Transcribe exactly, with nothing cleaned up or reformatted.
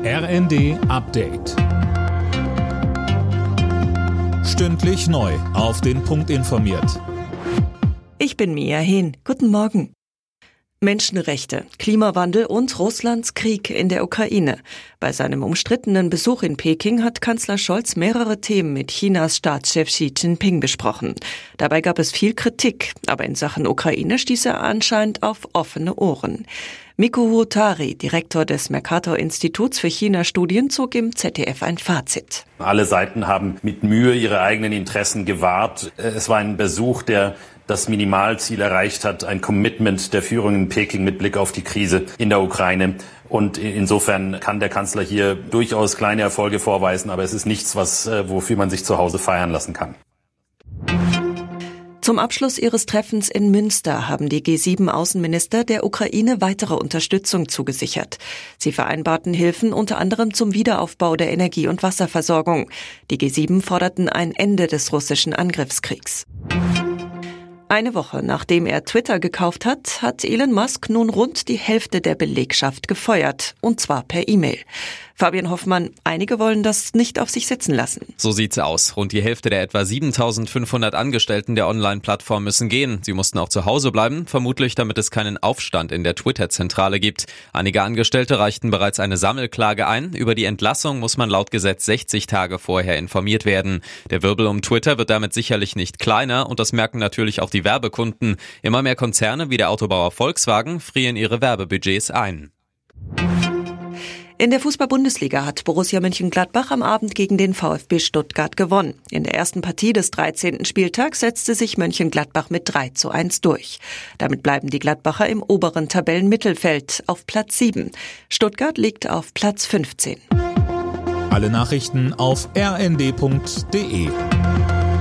R N D Update. Stündlich neu auf den Punkt informiert. Ich bin Mia Hehn. Guten Morgen. Menschenrechte, Klimawandel und Russlands Krieg in der Ukraine. Bei seinem umstrittenen Besuch in Peking hat Kanzler Scholz mehrere Themen mit Chinas Staatschef Xi Jinping besprochen. Dabei gab es viel Kritik, aber in Sachen Ukraine stieß er anscheinend auf offene Ohren. Mikko Huotari, Direktor des Mercator-Instituts für China-Studien, zog im Z D F ein Fazit. Alle Seiten haben mit Mühe ihre eigenen Interessen gewahrt. Es war ein Besuch, der das Minimalziel erreicht hat, ein Commitment der Führung in Peking mit Blick auf die Krise in der Ukraine. Und insofern kann der Kanzler hier durchaus kleine Erfolge vorweisen, aber es ist nichts, was, wofür man sich zu Hause feiern lassen kann. Zum Abschluss ihres Treffens in Münster haben die G sieben Außenminister der Ukraine weitere Unterstützung zugesichert. Sie vereinbarten Hilfen unter anderem zum Wiederaufbau der Energie- und Wasserversorgung. Die G sieben forderten ein Ende des russischen Angriffskriegs. Eine Woche nachdem er Twitter gekauft hat, hat Elon Musk nun rund die Hälfte der Belegschaft gefeuert, und zwar per E-Mail. Fabian Hoffmann, einige wollen das nicht auf sich sitzen lassen. So sieht's aus. Rund die Hälfte der etwa siebentausendfünfhundert Angestellten der Online-Plattform müssen gehen. Sie mussten auch zu Hause bleiben, vermutlich damit es keinen Aufstand in der Twitter-Zentrale gibt. Einige Angestellte reichten bereits eine Sammelklage ein. Über die Entlassung muss man laut Gesetz sechzig Tage vorher informiert werden. Der Wirbel um Twitter wird damit sicherlich nicht kleiner, und das merken natürlich auch die Werbekunden. Immer mehr Konzerne wie der Autobauer Volkswagen frieren ihre Werbebudgets ein. In der Fußball-Bundesliga hat Borussia Mönchengladbach am Abend gegen den VfB Stuttgart gewonnen. In der ersten Partie des dreizehnten Spieltags setzte sich Mönchengladbach mit drei zu eins durch. Damit bleiben die Gladbacher im oberen Tabellenmittelfeld auf Platz sieben. Stuttgart liegt auf Platz fünfzehn. Alle Nachrichten auf r n d punkt d e.